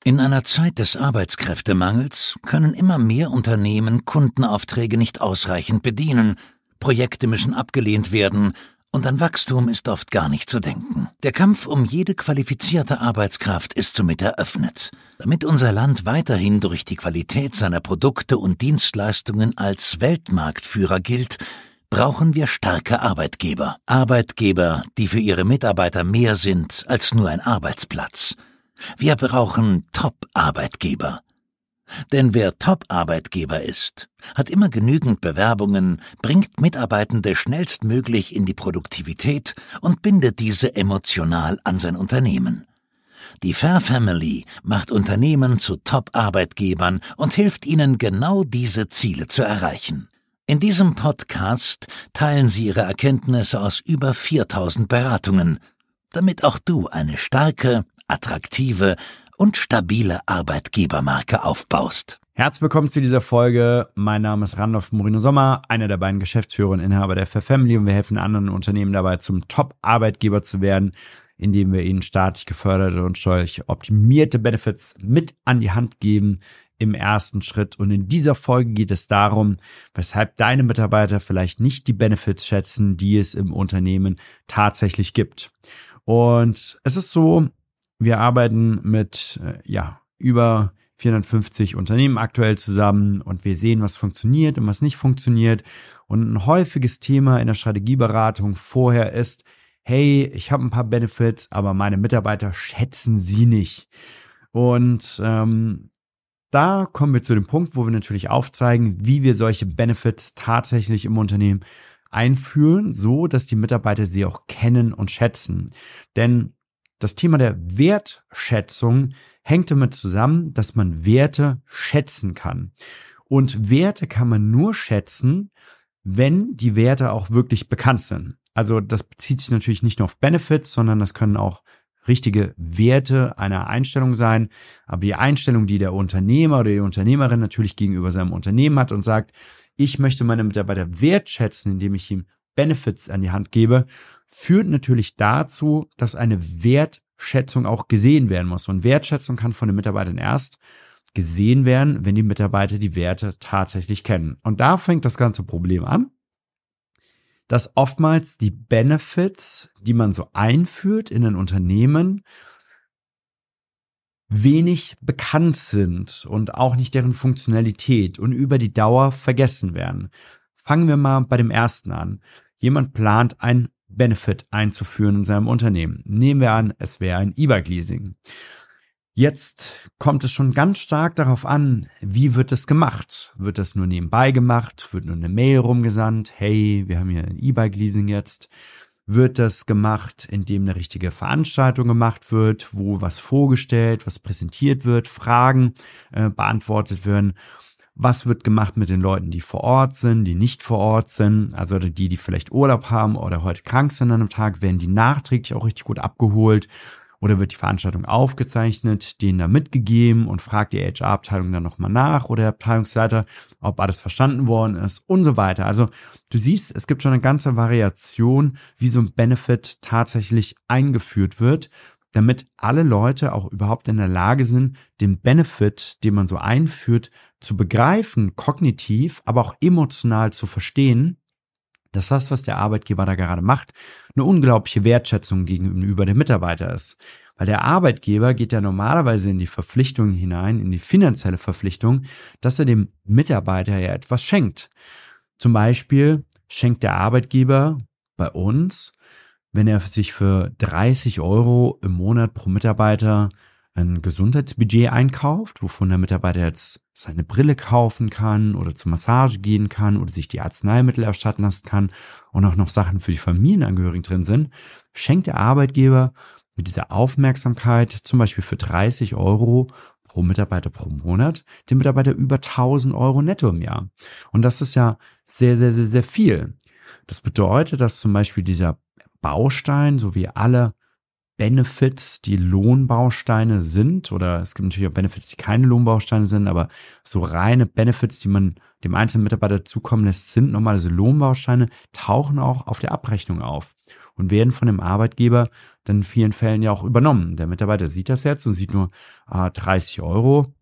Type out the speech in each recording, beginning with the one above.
In einer Zeit des Arbeitskräftemangels können immer mehr Unternehmen Kundenaufträge nicht ausreichend bedienen, Projekte müssen abgelehnt werden und an Wachstum ist oft gar nicht zu denken. Der Kampf um jede qualifizierte Arbeitskraft ist somit eröffnet. Damit unser Land weiterhin durch die Qualität seiner Produkte und Dienstleistungen als Weltmarktführer gilt, brauchen wir starke Arbeitgeber. Arbeitgeber, die für ihre Mitarbeiter mehr sind als nur ein Arbeitsplatz. Wir brauchen Top-Arbeitgeber. Denn wer Top-Arbeitgeber ist, hat immer genügend Bewerbungen, bringt Mitarbeitende schnellstmöglich in die Produktivität und bindet diese emotional an sein Unternehmen. Die Fair Family macht Unternehmen zu Top-Arbeitgebern und hilft ihnen, genau diese Ziele zu erreichen. In diesem Podcast teilen sie ihre Erkenntnisse aus über 4000 Beratungen, damit auch du eine starke, attraktive und stabile Arbeitgebermarke aufbaust. Herzlich willkommen zu dieser Folge. Mein Name ist Randolph Moreno Sommer, einer der beiden Geschäftsführer und Inhaber der Fair Family, und wir helfen anderen Unternehmen dabei, zum Top-Arbeitgeber zu werden, indem wir ihnen staatlich geförderte und steuerlich optimierte Benefits mit an die Hand geben im ersten Schritt. Und in dieser Folge geht es darum, weshalb deine Mitarbeiter vielleicht nicht die Benefits schätzen, die es im Unternehmen tatsächlich gibt. Und es ist so, wir arbeiten mit über 450 Unternehmen aktuell zusammen und wir sehen, was funktioniert und was nicht funktioniert. Und ein häufiges Thema in der Strategieberatung vorher ist: Hey, ich habe ein paar Benefits, aber meine Mitarbeiter schätzen sie nicht. Und da kommen wir zu dem Punkt, wo wir natürlich aufzeigen, wie wir solche Benefits tatsächlich im Unternehmen einführen, so dass die Mitarbeiter sie auch kennen und schätzen. Denn das Thema der Wertschätzung hängt damit zusammen, dass man Werte schätzen kann. Und Werte kann man nur schätzen, wenn die Werte auch wirklich bekannt sind. Also das bezieht sich natürlich nicht nur auf Benefits, sondern das können auch richtige Werte einer Einstellung sein. Aber die Einstellung, die der Unternehmer oder die Unternehmerin natürlich gegenüber seinem Unternehmen hat und sagt: Ich möchte meine Mitarbeiter wertschätzen, indem ich ihm Benefits an die Hand gebe, führt natürlich dazu, dass eine Wertschätzung auch gesehen werden muss. Und Wertschätzung kann von den Mitarbeitern erst gesehen werden, wenn die Mitarbeiter die Werte tatsächlich kennen. Und da fängt das ganze Problem an, dass oftmals die Benefits, die man so einführt in ein Unternehmen, wenig bekannt sind und auch nicht deren Funktionalität und über die Dauer vergessen werden. Fangen wir mal bei dem ersten an. Jemand plant, ein Benefit einzuführen in seinem Unternehmen. Nehmen wir an, es wäre ein E-Bike-Leasing. Jetzt kommt es schon ganz stark darauf an, wie wird es gemacht? Wird das nur nebenbei gemacht? Wird nur eine Mail rumgesandt? Hey, wir haben hier ein E-Bike-Leasing jetzt. Wird das gemacht, indem eine richtige Veranstaltung gemacht wird, wo was vorgestellt, was präsentiert wird, Fragen beantwortet werden? Was wird gemacht mit den Leuten, die vor Ort sind, die nicht vor Ort sind? Also die vielleicht Urlaub haben oder heute krank sind an einem Tag, werden die nachträglich auch richtig gut abgeholt? Oder wird die Veranstaltung aufgezeichnet, denen da mitgegeben und fragt die HR-Abteilung dann nochmal nach oder der Abteilungsleiter, ob alles verstanden worden ist und so weiter. Also du siehst, es gibt schon eine ganze Variation, wie so ein Benefit tatsächlich eingeführt wird, damit alle Leute auch überhaupt in der Lage sind, den Benefit, den man so einführt, zu begreifen, kognitiv, aber auch emotional zu verstehen, dass das, was der Arbeitgeber da gerade macht, eine unglaubliche Wertschätzung gegenüber dem Mitarbeiter ist. Weil der Arbeitgeber geht ja normalerweise in die Verpflichtung hinein, in die finanzielle Verpflichtung, dass er dem Mitarbeiter ja etwas schenkt. Zum Beispiel schenkt der Arbeitgeber bei uns, wenn er sich für 30 € im Monat pro Mitarbeiter ein Gesundheitsbudget einkauft, wovon der Mitarbeiter jetzt seine Brille kaufen kann oder zur Massage gehen kann oder sich die Arzneimittel erstatten lassen kann und auch noch Sachen für die Familienangehörigen drin sind, schenkt der Arbeitgeber mit dieser Aufmerksamkeit zum Beispiel für 30 € pro Mitarbeiter pro Monat dem Mitarbeiter über 1.000 € netto im Jahr. Und das ist ja sehr, sehr, sehr, sehr viel. Das bedeutet, dass zum Beispiel dieser Baustein sowie alle Benefits, die Lohnbausteine sind, oder es gibt natürlich auch Benefits, die keine Lohnbausteine sind, aber so reine Benefits, die man dem einzelnen Mitarbeiter zukommen lässt, sind normalerweise Lohnbausteine, tauchen auch auf der Abrechnung auf. und werden von dem Arbeitgeber dann in vielen Fällen ja auch übernommen. Der Mitarbeiter sieht das jetzt und sieht nur 30 Euro.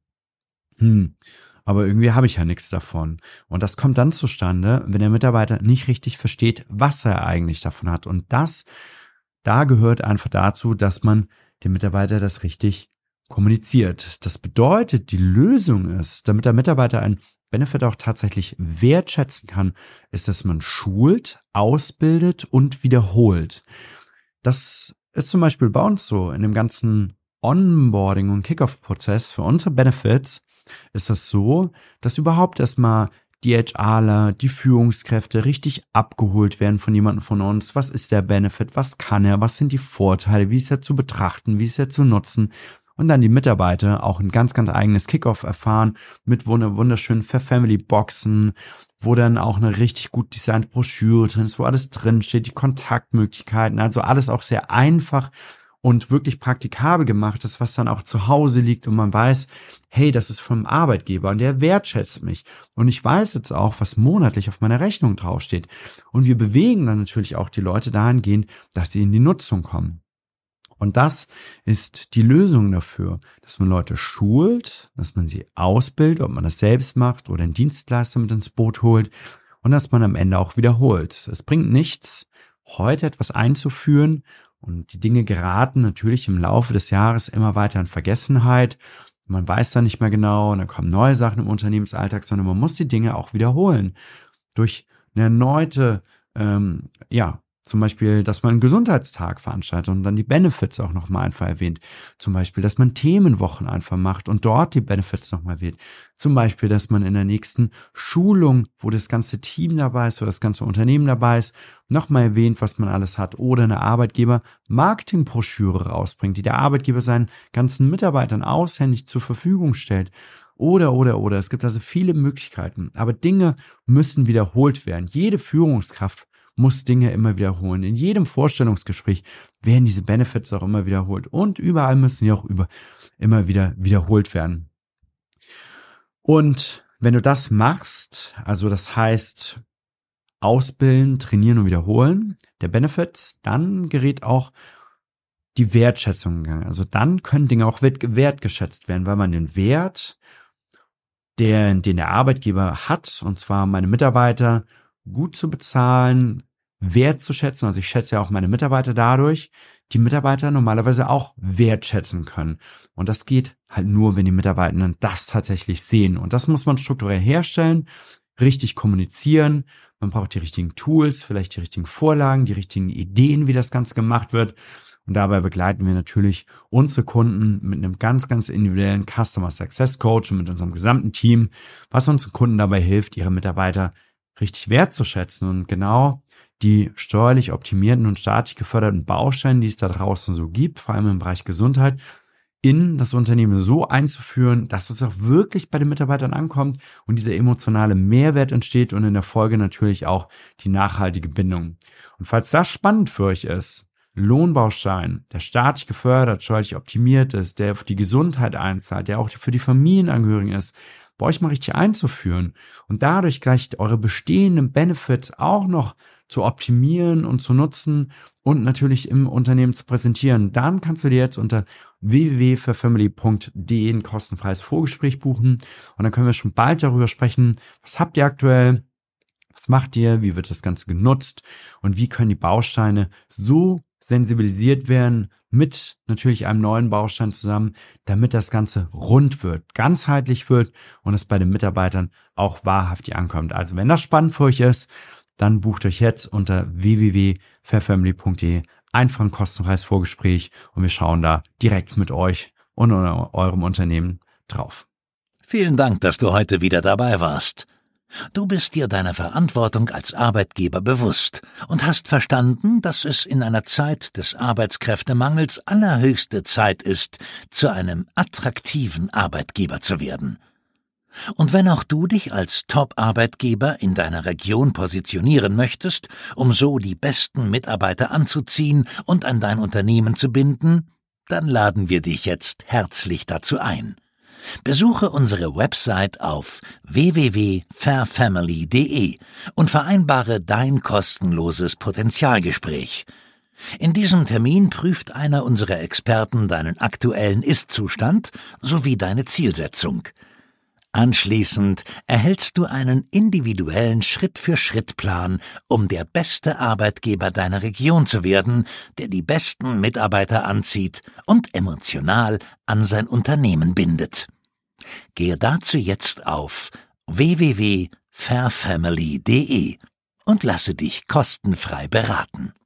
Aber irgendwie habe ich ja nichts davon. Und das kommt dann zustande, wenn der Mitarbeiter nicht richtig versteht, was er eigentlich davon hat. Und da gehört einfach dazu, dass man dem Mitarbeiter das richtig kommuniziert. Das bedeutet, die Lösung ist, damit der Mitarbeiter einen Benefit auch tatsächlich wertschätzen kann, ist, dass man schult, ausbildet und wiederholt. Das ist zum Beispiel bei uns so. In dem ganzen Onboarding- und Kickoff-Prozess für unsere Benefits ist das so, dass überhaupt erstmal die HRler, die Führungskräfte richtig abgeholt werden von jemandem von uns. Was ist der Benefit? Was kann er? Was sind die Vorteile? Wie ist er zu betrachten? Wie ist er zu nutzen? Und dann die Mitarbeiter auch ein ganz, ganz eigenes Kickoff erfahren mit wunderschönen Fair-Family-Boxen, wo dann auch eine richtig gut designte Broschüre drin ist, wo alles drin steht, die Kontaktmöglichkeiten, also alles auch sehr einfach und wirklich praktikabel gemacht ist, was dann auch zu Hause liegt und man weiß, hey, das ist vom Arbeitgeber und der wertschätzt mich. Und ich weiß jetzt auch, was monatlich auf meiner Rechnung draufsteht. Und wir bewegen dann natürlich auch die Leute dahingehend, dass sie in die Nutzung kommen. Und das ist die Lösung dafür, dass man Leute schult, dass man sie ausbildet, ob man das selbst macht oder einen Dienstleister mit ins Boot holt und dass man am Ende auch wiederholt. Es bringt nichts, heute etwas einzuführen und die Dinge geraten natürlich im Laufe des Jahres immer weiter in Vergessenheit. Man weiß dann nicht mehr genau und dann kommen neue Sachen im Unternehmensalltag, sondern man muss die Dinge auch wiederholen. Durch eine erneute, zum Beispiel, dass man einen Gesundheitstag veranstaltet und dann die Benefits auch nochmal einfach erwähnt. Zum Beispiel, dass man Themenwochen einfach macht und dort die Benefits nochmal erwähnt. Zum Beispiel, dass man in der nächsten Schulung, wo das ganze Team dabei ist oder das ganze Unternehmen dabei ist, nochmal erwähnt, was man alles hat. Oder eine Arbeitgeber-Marketing-Broschüre rausbringt, die der Arbeitgeber seinen ganzen Mitarbeitern aushändig zur Verfügung stellt. Oder. Es gibt also viele Möglichkeiten. Aber Dinge müssen wiederholt werden. Jede Führungskraft muss Dinge immer wiederholen. In jedem Vorstellungsgespräch werden diese Benefits auch immer wiederholt. Und überall müssen sie auch immer wieder wiederholt werden. Und wenn du das machst, also das heißt ausbilden, trainieren und wiederholen der Benefits, dann gerät auch die Wertschätzung in Gang. Also dann können Dinge auch wertgeschätzt werden, weil man den Wert, den der Arbeitgeber hat, und zwar meine Mitarbeiter gut zu bezahlen, wertzuschätzen. Also ich schätze ja auch meine Mitarbeiter dadurch, die Mitarbeiter normalerweise auch wertschätzen können. Und das geht halt nur, wenn die Mitarbeitenden das tatsächlich sehen. Und das muss man strukturell herstellen, richtig kommunizieren. Man braucht die richtigen Tools, vielleicht die richtigen Vorlagen, die richtigen Ideen, wie das Ganze gemacht wird. Und dabei begleiten wir natürlich unsere Kunden mit einem ganz, ganz individuellen Customer Success Coach und mit unserem gesamten Team, was unseren Kunden dabei hilft, ihre Mitarbeiter richtig wertzuschätzen und genau die steuerlich optimierten und staatlich geförderten Bausteine, die es da draußen so gibt, vor allem im Bereich Gesundheit, in das Unternehmen so einzuführen, dass es auch wirklich bei den Mitarbeitern ankommt und dieser emotionale Mehrwert entsteht und in der Folge natürlich auch die nachhaltige Bindung. Und falls das spannend für euch ist, Lohnbaustein, der staatlich gefördert, steuerlich optimiert ist, der auf die Gesundheit einzahlt, der auch für die Familienangehörigen ist, bei euch mal richtig einzuführen und dadurch gleich eure bestehenden Benefits auch noch zu optimieren und zu nutzen und natürlich im Unternehmen zu präsentieren, dann kannst du dir jetzt unter www.fairfamily.de ein kostenfreies Vorgespräch buchen und dann können wir schon bald darüber sprechen, was habt ihr aktuell, was macht ihr, wie wird das Ganze genutzt und wie können die Bausteine so sensibilisiert werden mit natürlich einem neuen Baustein zusammen, damit das Ganze rund wird, ganzheitlich wird und es bei den Mitarbeitern auch wahrhaftig ankommt. Also wenn das spannend für euch ist, dann bucht euch jetzt unter www.fairfamily.de einfach ein kostenfreies Vorgespräch und wir schauen da direkt mit euch und eurem Unternehmen drauf. Vielen Dank, dass du heute wieder dabei warst. Du bist dir deiner Verantwortung als Arbeitgeber bewusst und hast verstanden, dass es in einer Zeit des Arbeitskräftemangels allerhöchste Zeit ist, zu einem attraktiven Arbeitgeber zu werden. Und wenn auch du dich als Top-Arbeitgeber in deiner Region positionieren möchtest, um so die besten Mitarbeiter anzuziehen und an dein Unternehmen zu binden, dann laden wir dich jetzt herzlich dazu ein. Besuche unsere Website auf www.fairfamily.de und vereinbare dein kostenloses Potenzialgespräch. In diesem Termin prüft einer unserer Experten deinen aktuellen Ist-Zustand sowie deine Zielsetzung. Anschließend erhältst du einen individuellen Schritt-für-Schritt-Plan, um der beste Arbeitgeber deiner Region zu werden, der die besten Mitarbeiter anzieht und emotional an sein Unternehmen bindet. Gehe dazu jetzt auf www.fairfamily.de und lasse dich kostenfrei beraten.